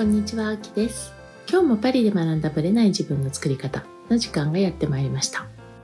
こんにちは、あきです。今日もパリで学んだブレない自分の作り方の時間がやってまいりました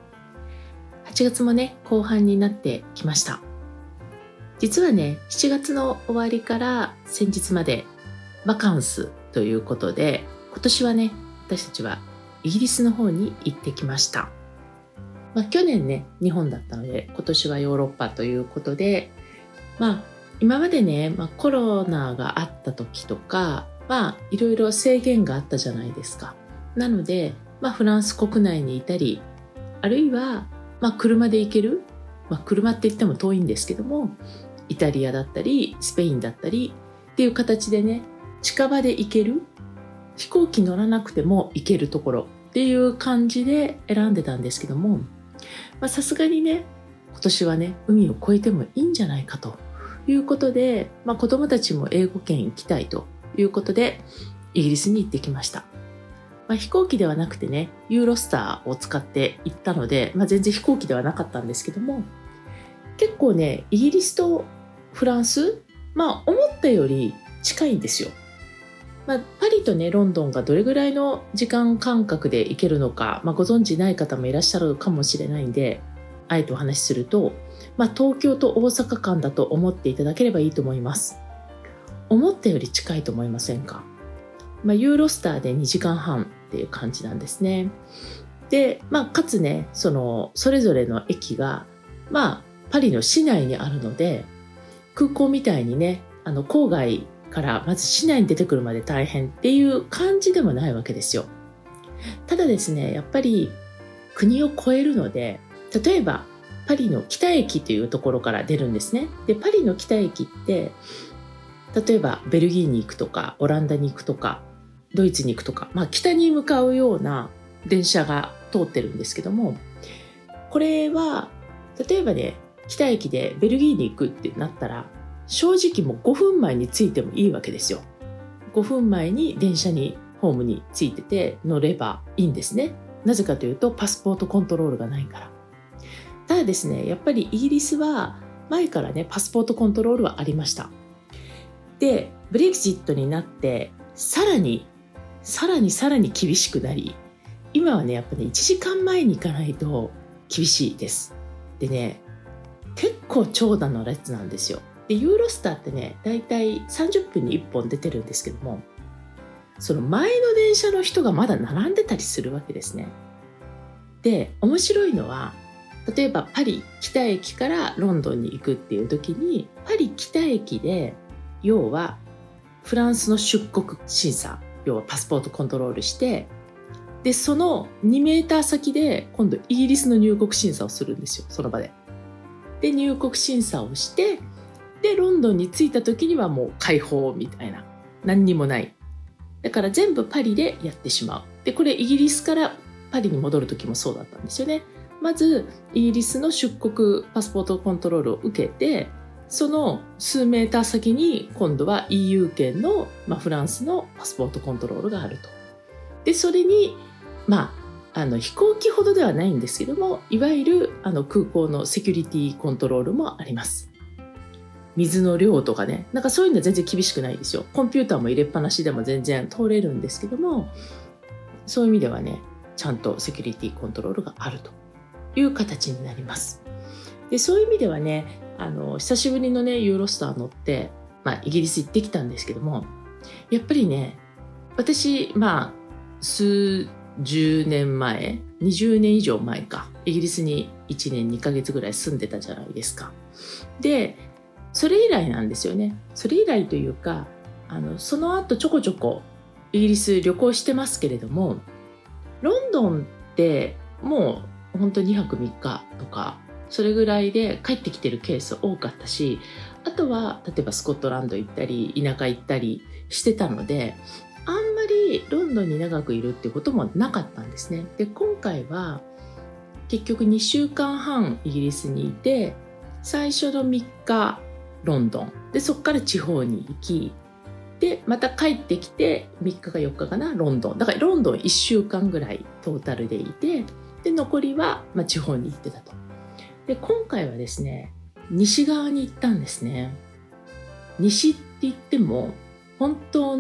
。8月もね、後半になってきました。実はね、7月の終わりから先日までバカンスということで、今年はね、私たちはイギリスの方に行ってきました。去年ね、日本だったので、今年はヨーロッパということで、今までね、コロナがあった時とか、いろいろ制限があったじゃないですか。なので、フランス国内にいたり、あるいは、車で行ける、車って言っても遠いんですけども、イタリアだったり、スペインだったりっていう形でね、近場で行ける、飛行機乗らなくても行けるところっていう感じで選んでたんですけども、さすがにね、今年はね、海を越えてもいいんじゃないかということで、子供たちも英語圏行きたいということでイギリスに行ってきました。飛行機ではなくてね、ユーロスターを使って行ったので、全然飛行機ではなかったんですけども、結構ね、イギリスとフランス、思ったより近いんですよ。パリとね、ロンドンがどれぐらいの時間間隔で行けるのか、ご存知ない方もいらっしゃるかもしれないんで、あえてお話しすると、東京と大阪間だと思っていただければいいと思います。思ったより近いと思いませんか？ユーロスターで2時間半っていう感じなんですね。で、かつね、それぞれの駅が、パリの市内にあるので、空港みたいにね、郊外からまず市内に出てくるまで大変っていう感じでもないわけですよ。ただですね、やっぱり国を越えるので、例えばパリの北駅というところから出るんですね。で、パリの北駅って、例えばベルギーに行くとか、オランダに行くとか、ドイツに行くとか、北に向かうような電車が通ってるんですけども、これは例えばね、北駅でベルギーに行くってなったら、正直もう5分前に着いてもいいわけですよ。5分前に電車にホームに着いてて乗ればいいんですね。なぜかというと、パスポートコントロールがないから。ただですね、やっぱりイギリスは前からね、パスポートコントロールはありました。で、ブレグジットになってさらに厳しくなり、今はね、やっぱね、1時間前に行かないと厳しいです。でね、結構長蛇の列なんですよ。で、ユーロスターってね、だいたい30分に1本出てるんですけども、その前の電車の人がまだ並んでたりするわけですね。で、面白いのは、例えばパリ北駅からロンドンに行くっていう時に、パリ北駅で要はフランスの出国審査、要はパスポートコントロールして、でその2メーター先で今度イギリスの入国審査をするんですよ、その場で。で入国審査をして、でロンドンに着いた時にはもう解放みたいな、何にもない。だから全部パリでやってしまう。でこれイギリスからパリに戻る時もそうだったんですよね。まずイギリスの出国パスポートコントロールを受けて、その数メーター先に今度は EU 圏の、フランスのパスポートコントロールがあると。でそれに飛行機ほどではないんですけども、いわゆる空港のセキュリティコントロールもあります。水の量とかね、そういうのは全然厳しくないですよ。コンピューターも入れっぱなしでも全然通れるんですけども、そういう意味ではね、ちゃんとセキュリティコントロールがあるという形になります。でそういう意味ではね、久しぶりのねユーロスター乗って、イギリス行ってきたんですけども、やっぱりね、私数十年前、20年以上前か、イギリスに1年2ヶ月ぐらい住んでたじゃないですか。でそれ以来なんですよね。それ以来というか、その後ちょこちょこイギリス旅行してますけれども、ロンドンってもう本当に2泊3日とかそれぐらいで帰ってきてるケース多かったし、あとは例えばスコットランド行ったり田舎行ったりしてたので、あんまりロンドンに長くいるっていうこともなかったんですね。で今回は結局2週間半イギリスにいて、最初の3日ロンドンで、そこから地方に行き、でまた帰ってきて3日か4日かな、ロンドンだからロンドン1週間ぐらいトータルでいて、で残りは地方に行ってたと。で今回はですね、西側に行ったんですね。西って言っても本当の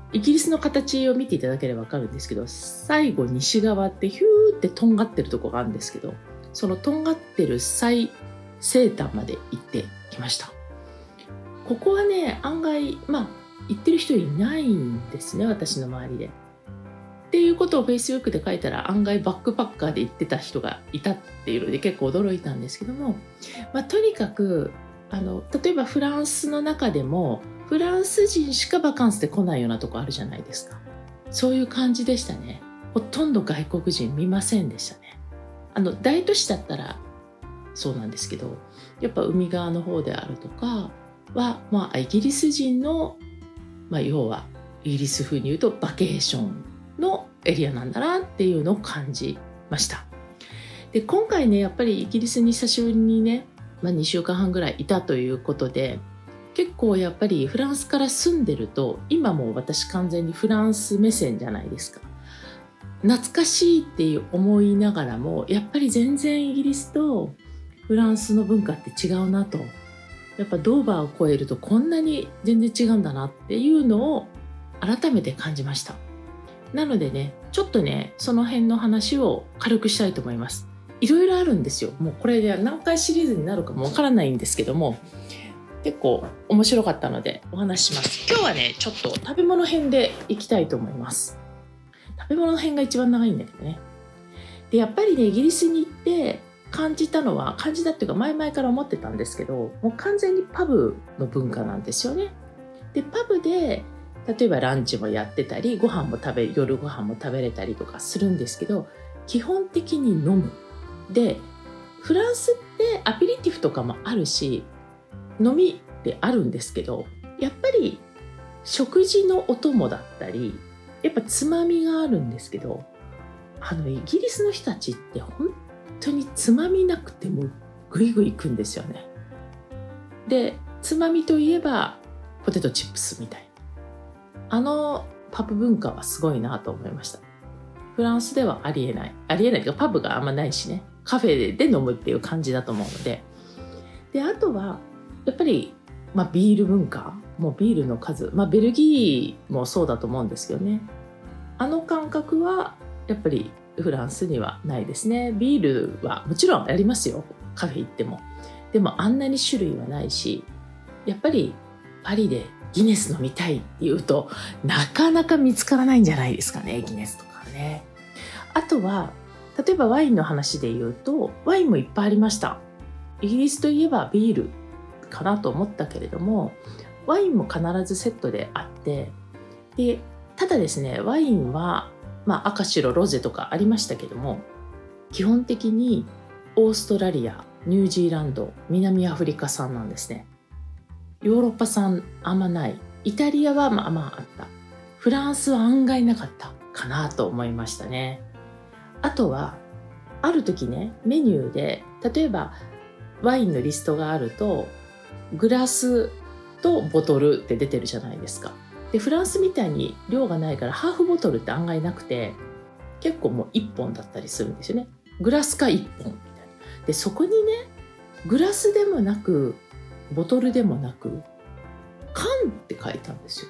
イギリスの形を見ていただければ分かるんですけど、最後西側ってヒューってとんがってるところがあるんですけど、そのとんがってる最西端まで行ってきました。ここはね、案外行ってる人いないんですね、私の周りで。っていうことを Facebook で書いたら、案外バックパッカーで行ってた人がいたっていうので結構驚いたんですけども、とにかく例えばフランスの中でもフランス人しかバカンスで来ないようなとこあるじゃないですか。そういう感じでしたね。ほとんど外国人見ませんでしたね。大都市だったらそうなんですけど、やっぱ海側の方であるとかは、イギリス人の、要はイギリス風に言うとバケーションのエリアなんだなっていうのを感じました。で、今回ね、やっぱりイギリスに久しぶりにね、2週間半ぐらいいたということで、結構やっぱりフランスから住んでると、今もう私完全にフランス目線じゃないですか。懐かしいっていう思いながらも、やっぱり全然イギリスとフランスの文化って違うなと。やっぱドーバーを越えるとこんなに全然違うんだなっていうのを改めて感じました。なのでね、ちょっとね、その辺の話を軽くしたいと思います。いろいろあるんですよ。もうこれで何回シリーズになるかもわからないんですけども、結構面白かったのでお話しします。今日はね、ちょっと食べ物編でいきたいと思います。食べ物編が一番長いんだけどね。で、やっぱりね、イギリスに行って感じたっていうか前々から思ってたんですけど、もう完全にパブの文化なんですよね。で、パブで例えばランチもやってたり、夜ご飯も食べれたりとかするんですけど、基本的に飲む。で、フランスってアペリティフとかもあるし、飲みであるんですけど、やっぱり食事のお供だったり、やっぱつまみがあるんですけど、イギリスの人たちって本当につまみなくてもグイグイ行くんですよね。で、つまみといえばポテトチップスみたいな。パブ文化はすごいなと思いました。フランスではありえないというか、パブがあんまないしね、カフェで飲むっていう感じだと思うので。で、あとはやっぱり、ビール文化、もうビールの数、ベルギーもそうだと思うんですけどね、感覚はやっぱりフランスにはないですね。ビールはもちろんありますよ、カフェ行っても。でもあんなに種類はないし、やっぱりパリでギネス飲みたいっていうとなかなか見つからないんじゃないですかね、ギネスとかね。あとは例えばワインの話で言うと、ワインもいっぱいありました。イギリスといえばビールかなと思ったけれども、ワインも必ずセットであって、で、ただですね、ワインは、赤白ロゼとかありましたけども、基本的にオーストラリア、ニュージーランド、南アフリカ産なんですね。ヨーロッパ産あんまない。イタリアはあった。フランスは案外なかったかなと思いましたね。あとはある時ね、メニューで例えばワインのリストがあると、グラスとボトルって出てるじゃないですか。で、フランスみたいに量がないからハーフボトルって案外なくて、結構もう1本だったりするんですよね。グラスか1本みたいな。で、そこにね、グラスでもなくボトルでもなく缶って書いたんですよ。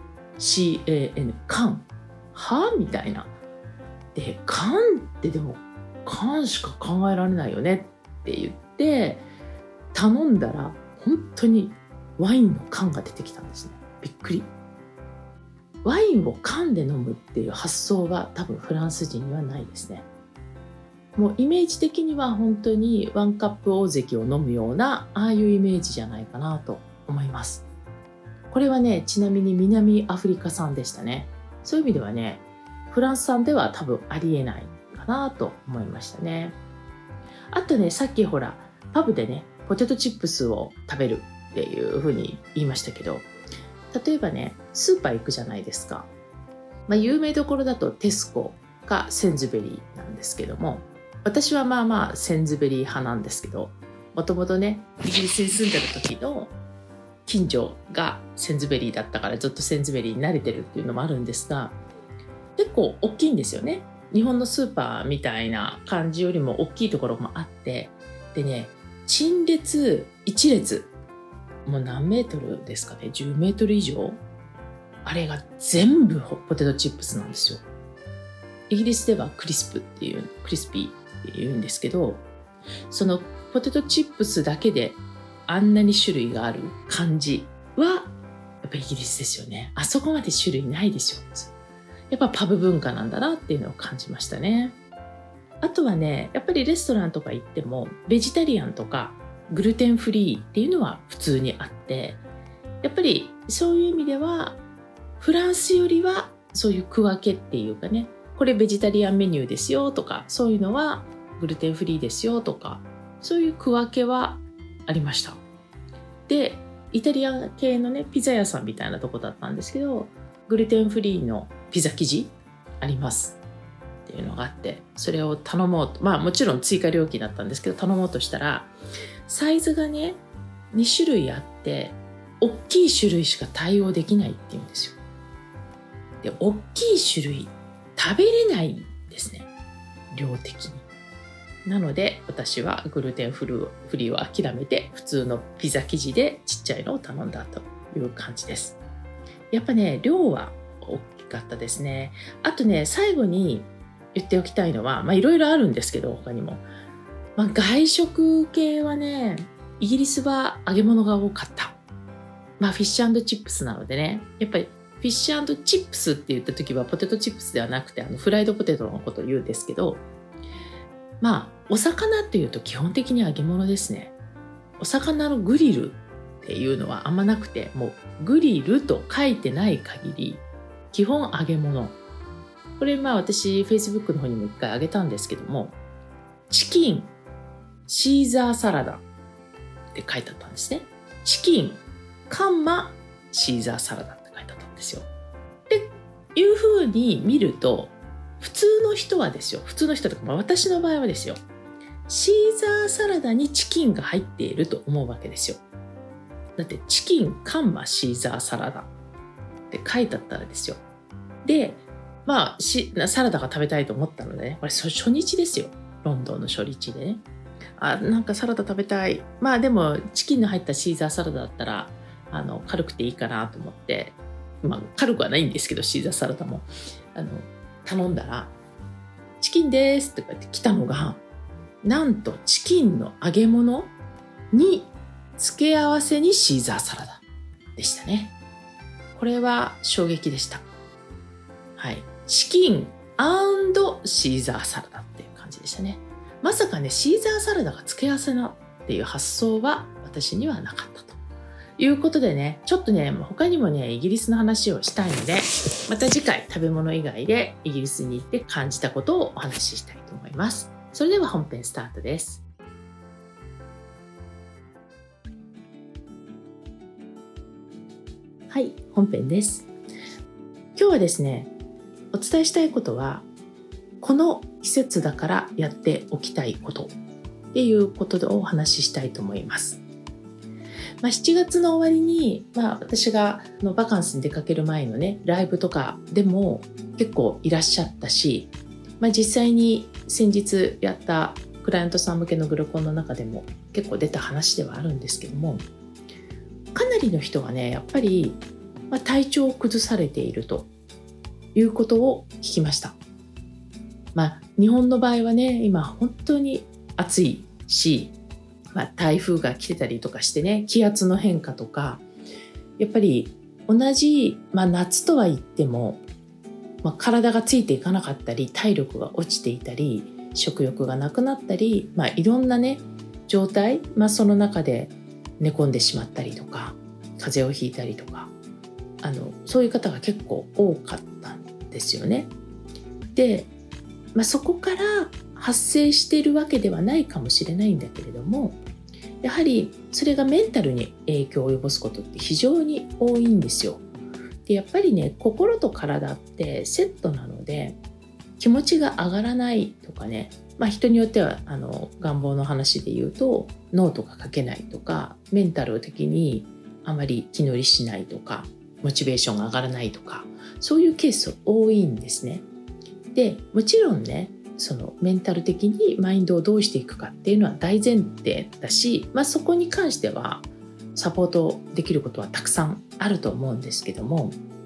CAN、 缶はみたいな。で、缶ってでも缶しか考えられないよねって言って頼んだら、本当にワインの缶が出てきたんですね。びっくり。ワインを缶で飲むっていう発想は多分フランス人にはないですね。もうイメージ的には本当にワンカップ大関を飲むような、ああいうイメージじゃないかなと思います。これはね、ちなみに南アフリカ産でしたね。そういう意味ではね、フランス産では多分ありえないかなと思いましたね。あとね、さっきほらパブでね、ポテトチップスを食べるっていう風に言いましたけど、例えばね、スーパー行くじゃないですか。有名どころだとテスコかセンズベリーなんですけども、私はセンズベリー派なんですけど、もともとね、イギリスに住んでる時の近所がセンズベリーだったから、ずっとセンズベリーに慣れてるっていうのもあるんですが、結構大きいんですよね。日本のスーパーみたいな感じよりも大きいところもあって、でね、陳列1列もう何メートルですかね、10メートル以上あれが全部ポテトチップスなんですよ。イギリスではクリスピーって言うんですけど、そのポテトチップスだけであんなに種類がある感じはやっぱりイギリスですよね。あそこまで種類ないでしょ。やっぱパブ文化なんだなっていうのを感じましたね。あとはね、やっぱりレストランとか行ってもベジタリアンとかグルテンフリーっていうのは普通にあって、やっぱりそういう意味ではフランスよりはそういう区分けっていうかね、これベジタリアンメニューですよとか、そういうのはグルテンフリーですよとか、そういう区分けはありました。で、イタリア系のねピザ屋さんみたいなとこだったんですけど、グルテンフリーのピザ生地ありますっていうのがあって、それを頼もうと、もちろん追加料金だったんですけど、頼もうとしたらサイズがね2種類あって、大きい種類しか対応できないって言うんですよ。で、大きい種類食べれないんですね、量的に。なので私はグルテンフリーを諦めて普通のピザ生地でちっちゃいのを頼んだという感じです。やっぱね、量は大きかったですね。あとね、最後に言っておきたいのは、いろいろあるんですけど、他にも、外食系はね、イギリスは揚げ物が多かった。フィッシュ&チップスなのでね、やっぱりフィッシュ&チップスって言った時はポテトチップスではなくてフライドポテトのことを言うんですけど、お魚っていうと基本的に揚げ物ですね。お魚のグリルっていうのはあんまなくて、もうグリルと書いてない限り基本揚げ物。これ私 Facebook の方にも一回あげたんですけども、チキンシーザーサラダって書いてあったんですね。チキンカンマシーザーサラダって書いてあったんですよ。でいう風に見ると、普通の人はですよ、普通の人とか、私の場合はですよ、シーザーサラダにチキンが入っていると思うわけですよ。だってチキンカンマシーザーサラダって書いてあったらですよ。で、サラダが食べたいと思ったのでね、これ初日ですよ。ロンドンの初日でね。なんかサラダ食べたい。でもチキンの入ったシーザーサラダだったら軽くていいかなと思って、軽くはないんですけど、シーザーサラダも頼んだら、チキンですって言って来たのが、なんとチキンの揚げ物に付け合わせにシーザーサラダでしたね。これは衝撃でした。はい、チキン&シーザーサラダっていう感じでしたね。まさかね、シーザーサラダが付け合わせなっていう発想は私にはなかったということでね、ちょっとね、他にもね、イギリスの話をしたいので、また次回食べ物以外でイギリスに行って感じたことをお話ししたいと思います。それでは本編スタートです。はい、本編です。今日はですね、お伝えしたいことは、この季節だからやっておきたいことっていうことでお話ししたいと思います。7月の終わりに、私がバカンスに出かける前のね、ライブとかでも結構いらっしゃったし、実際に先日やったクライアントさん向けのグルコンの中でも結構出た話ではあるんですけども、かなりの人がね、やっぱり、体調を崩されているということを聞きました。日本の場合はね、今本当に暑いし、台風が来てたりとかしてね、気圧の変化とか、やっぱり同じ、夏とは言っても、体がついていかなかったり、体力が落ちていたり、食欲がなくなったり、いろんなね状態、その中で寝込んでしまったりとか、風邪をひいたりとか、そういう方が結構多かったんですよね。で、そこから発生しているわけではないかもしれないんだけれども、やはりそれがメンタルに影響を及ぼすことって非常に多いんですよ。で、やっぱりね、心と体ってセットなので、気持ちが上がらないとかね、人によっては願望の話で言うとノートが書けないとか、メンタル的にあまり気乗りしないとか、モチベーションが上がらないとか、そういうケース多いんですね。で、もちろんね、そのメンタル的にマインドをどうしていくかっていうのは大前提だし、そこに関してはサポートできることはたくさんあると思うんですけども、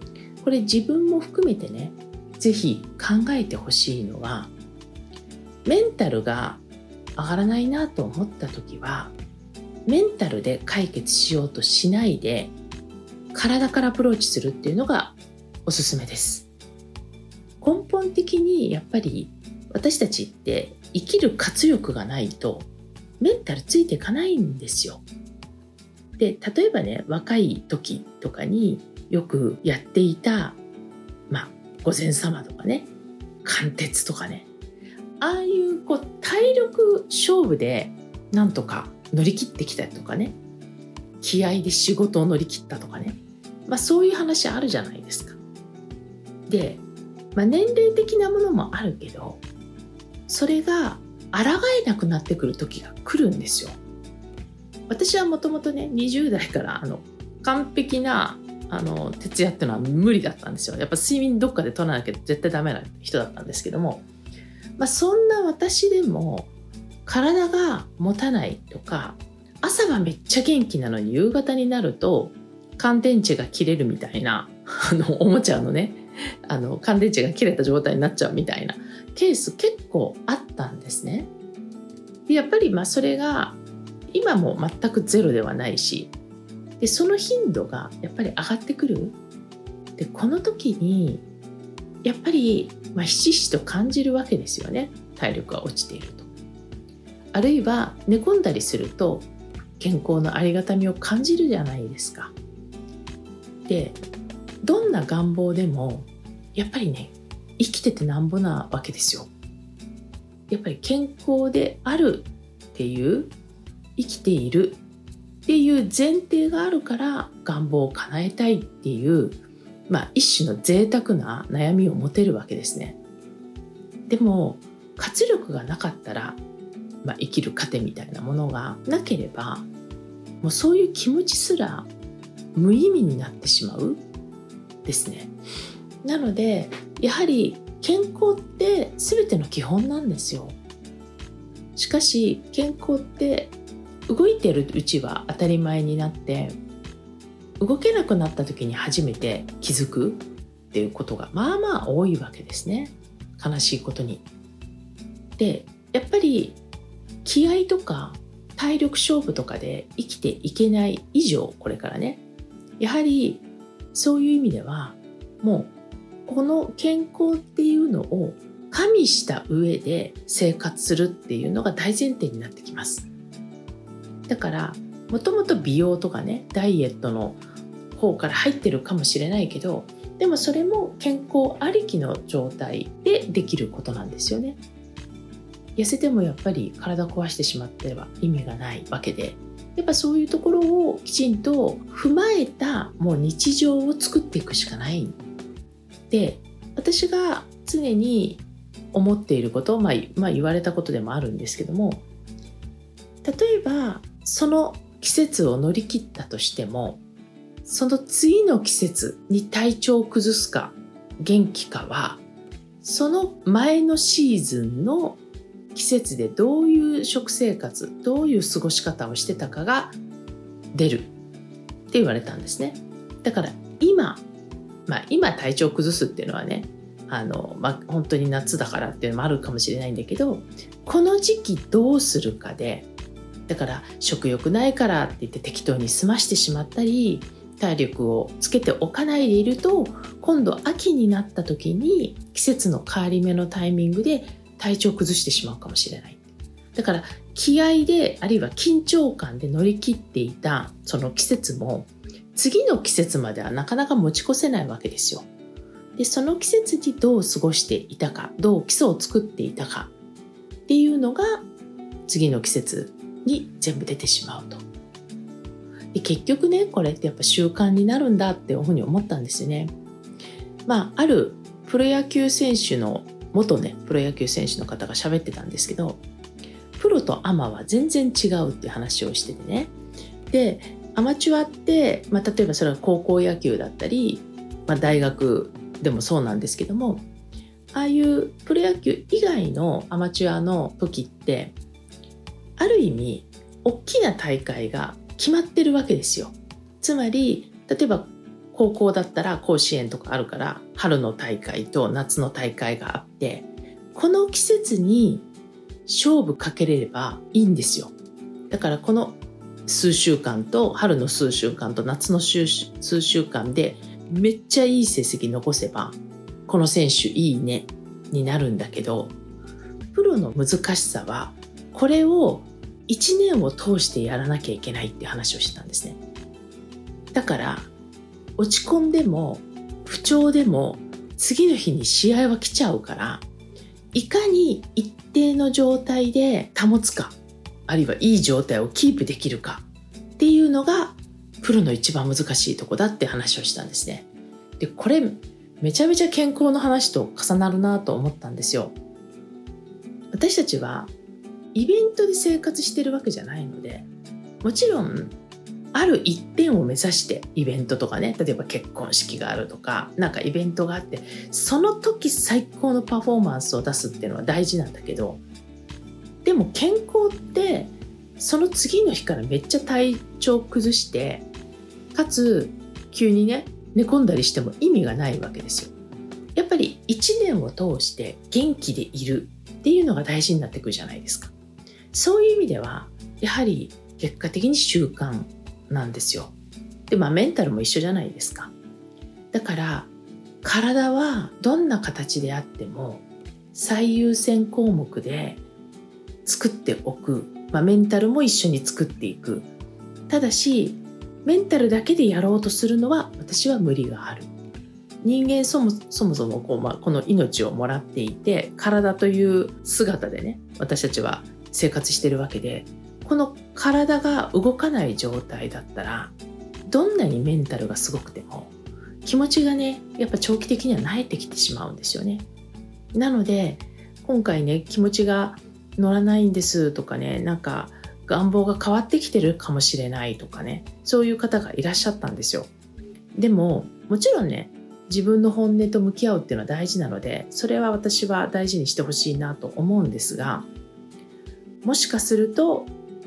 これ自分も含めてね、ぜひ考えてほしいのは、メンタルが上がらないなと思った時は、メンタルで解決しようとしないで、体からアプローチするっていうのがおすすめです。根本的にやっぱり私たちって生きる活力がないとメンタルついていかないんですよ。で、例えばね、若い時とかによくやっていた、御前様とかね、貫徹とかね、ああいう体力勝負でなんとか乗り切ってきたりとかね、気合で仕事を乗り切ったとかね、そういう話あるじゃないですか。で、年齢的なものもあるけど、それが抗えなくなってくる時が来るんですよ。私はもともとね、20代から完璧な徹夜っていうのは無理だったんですよ。やっぱ睡眠どっかで取らなきゃ絶対ダメな人だったんですけども、そんな私でも体が持たないとか、朝はめっちゃ元気なのに夕方になると乾電池が切れるみたいなおもちゃのね、乾電池が切れた状態になっちゃうみたいなケース結構あったんですね。で、やっぱりそれが今も全くゼロではないし、でその頻度がやっぱり上がってくる。で、この時にやっぱりひしひしと感じるわけですよね。体力が落ちていると。あるいは寝込んだりすると健康のありがたみを感じるじゃないですか。で、どんな願望でもやっぱりね、生きててなんぼなわけですよ。やっぱり健康であるっていう、生きているっていう前提があるから願望を叶えたいっていう、一種の贅沢な悩みを持てるわけですね。でも活力がなかったら、生きる糧みたいなものがなければ、もうそういう気持ちすら無意味になってしまうですね。なのでやはり健康って全ての基本なんですよ。しかし健康って動いているうちは当たり前になって、動けなくなった時に初めて気づくっていうことが多いわけですね。悲しいことに。で、やっぱり気合とか体力勝負とかで生きていけない以上、これからね、やはりそういう意味ではもうこの健康っていうのを加味した上で生活するっていうのが大前提になってきます。だからもともと美容とかね、ダイエットの方から入ってるかもしれないけど、でもそれも健康ありきの状態でできることなんですよね。痩せてもやっぱり体壊してしまっては意味がないわけで、やっぱそういうところをきちんと踏まえたもう日常を作っていくしかない。で、私が常に思っていること、言われたことでもあるんですけども、例えばその季節を乗り切ったとしても、その次の季節に体調を崩すか元気かは、その前のシーズンの季節でどういう食生活、どういう過ごし方をしてたかが出るって言われたんですね。だから今体調を崩すっていうのはね、本当に夏だからっていうのもあるかもしれないんだけど、この時期どうするかで、だから食欲ないからって言って適当に済ましてしまったり、体力をつけておかないでいると、今度秋になった時に季節の変わり目のタイミングで体調を崩してしまうかもしれない。だから気合で、あるいは緊張感で乗り切っていたその季節も次の季節まではなかなか持ち越せないわけですよ。で、その季節にどう過ごしていたか、どう基礎を作っていたかっていうのが次の季節に全部出てしまうと。で、結局ね、これってやっぱ習慣になるんだっていうふうに思ったんですよね。あるプロ野球選手の元ね、プロ野球選手の方が喋ってたんですけど、プロとアマは全然違うっていう話をしててね。で、アマチュアって、例えばそれは高校野球だったり、大学でもそうなんですけども、ああいうプロ野球以外のアマチュアの時って、ある意味大きな大会が決まってるわけですよ。つまり例えば高校だったら甲子園とかあるから春の大会と夏の大会があって、この季節に勝負かけれればいいんですよ。だからこの数週間と春の数週間と夏の数週間でめっちゃいい成績残せばこの選手いいねになるんだけど、プロの難しさはこれを1年を通してやらなきゃいけないって話をしてたんですね。だから落ち込んでも不調でも次の日に試合は来ちゃうから、いかに一定の状態で保つか、あるいはいい状態をキープできるかっていうのがプロの一番難しいとこだって話をしたんですね。で、これめちゃめちゃ健康の話と重なるなと思ったんですよ。私たちはイベントで生活してるわけじゃないので、もちろんある一点を目指してイベントとかね、例えば結婚式があるとか、なんかイベントがあって、その時最高のパフォーマンスを出すっていうのは大事なんだけど、でも健康ってその次の日からめっちゃ体調崩して、かつ急にね寝込んだりしても意味がないわけですよ。やっぱり1年を通して元気でいるっていうのが大事になってくるじゃないですか。そういう意味ではやはり結果的に習慣なんですよ。で、メンタルも一緒じゃないですか。だから体はどんな形であっても最優先項目で作っておく、メンタルも一緒に作っていく。ただしメンタルだけでやろうとするのは私は無理がある。人間そもそもこの命をもらっていて、体という姿でね私たちは生活してるわけで、この体が動かない状態だったらどんなにメンタルがすごくても気持ちがねやっぱ長期的には慣れてきてしまうんですよね。なので今回ね気持ちが乗らないんですとかね、なんか願望が変わってきてるかもしれないとかね、そういう方がいらっしゃったんですよ。でももちろんね自分の本音と向き合うっていうのは大事なので、それは私は大事にしてほしいなと思うんですが、もしかすると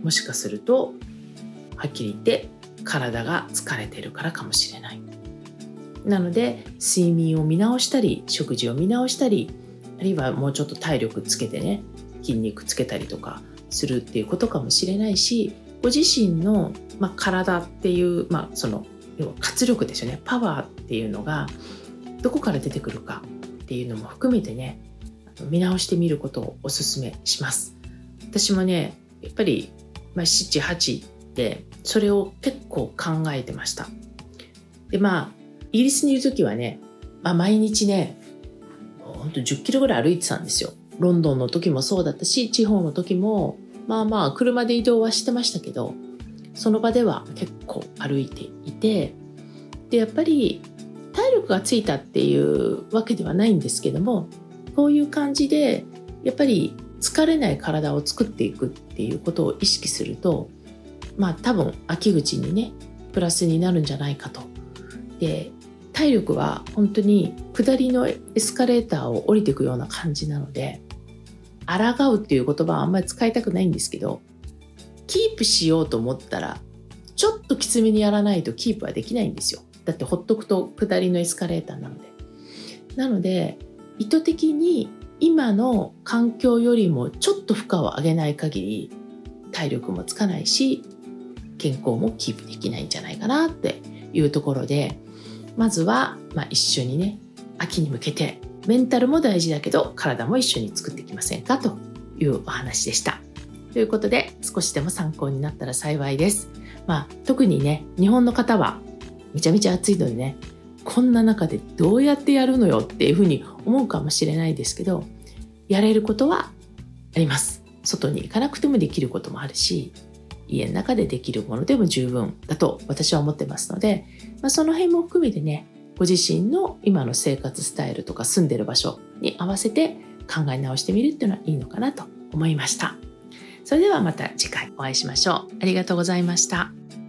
はっきり言って体が疲れてるからかもしれない。なので睡眠を見直したり食事を見直したり、あるいはもうちょっと体力つけてね筋肉つけたりとかするっていうことかもしれないし、ご自身の、体っていう、その要は活力ですよね、パワーっていうのがどこから出てくるかっていうのも含めてね見直してみることをお勧めします。私もねやっぱり、7、8でそれを結構考えてました。でイギリスにいる時はね、毎日ねほんと10キロぐらい歩いてたんですよ。ロンドンの時もそうだったし、地方の時も車で移動はしてましたけど、その場では結構歩いていて、でやっぱり体力がついたっていうわけではないんですけども、こういう感じでやっぱり疲れない体を作っていくっていうことを意識すると、多分秋口にねプラスになるんじゃないかと。で体力は本当に下りのエスカレーターを降りていくような感じなので、抗うっていう言葉はあんまり使いたくないんですけど、キープしようと思ったらちょっときつめにやらないとキープはできないんですよ。だってほっとくと下りのエスカレーターなので意図的に今の環境よりもちょっと負荷を上げない限り体力もつかないし健康もキープできないんじゃないかなっていうところで、まずは一緒にね秋に向けてメンタルも大事だけど体も一緒に作っていきませんかというお話でした。ということで少しでも参考になったら幸いです。特にね日本の方はめちゃめちゃ暑いのでね、こんな中でどうやってやるのよっていうふうに思うかもしれないですけど、やれることはあります。外に行かなくてもできることもあるし、家の中でできるものでも十分だと私は思ってますので、その辺も含めてねご自身の今の生活スタイルとか住んでる場所に合わせて考え直してみるっていうのはいいのかなと思いました。それではまた次回お会いしましょう。ありがとうございました。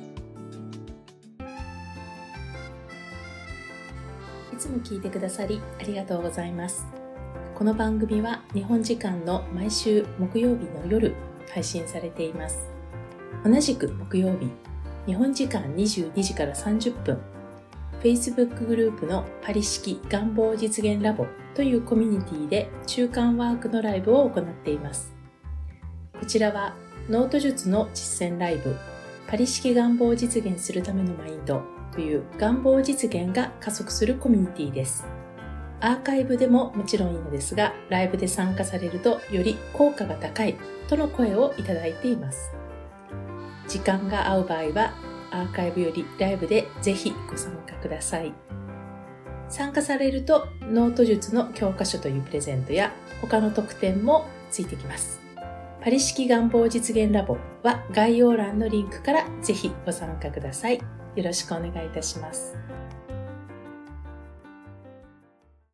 いつも聞いてくださりありがとうございます。この番組は日本時間の毎週木曜日の夜配信されています。同じく木曜日、日本時間22時から30分、 Facebook グループのパリ式願望実現ラボというコミュニティで中間ワークのライブを行っています。こちらはノート術の実践ライブ、パリ式願望を実現するためのマインドという願望実現が加速するコミュニティです。アーカイブでももちろんいいのですが、ライブで参加されるとより効果が高いとの声をいただいています。時間が合う場合はアーカイブよりライブでぜひご参加ください。参加されるとノート術の教科書というプレゼントや他の特典もついてきます。パリ式願望実現ラボは概要欄のリンクからぜひご参加ください。よろしくお願いいたします。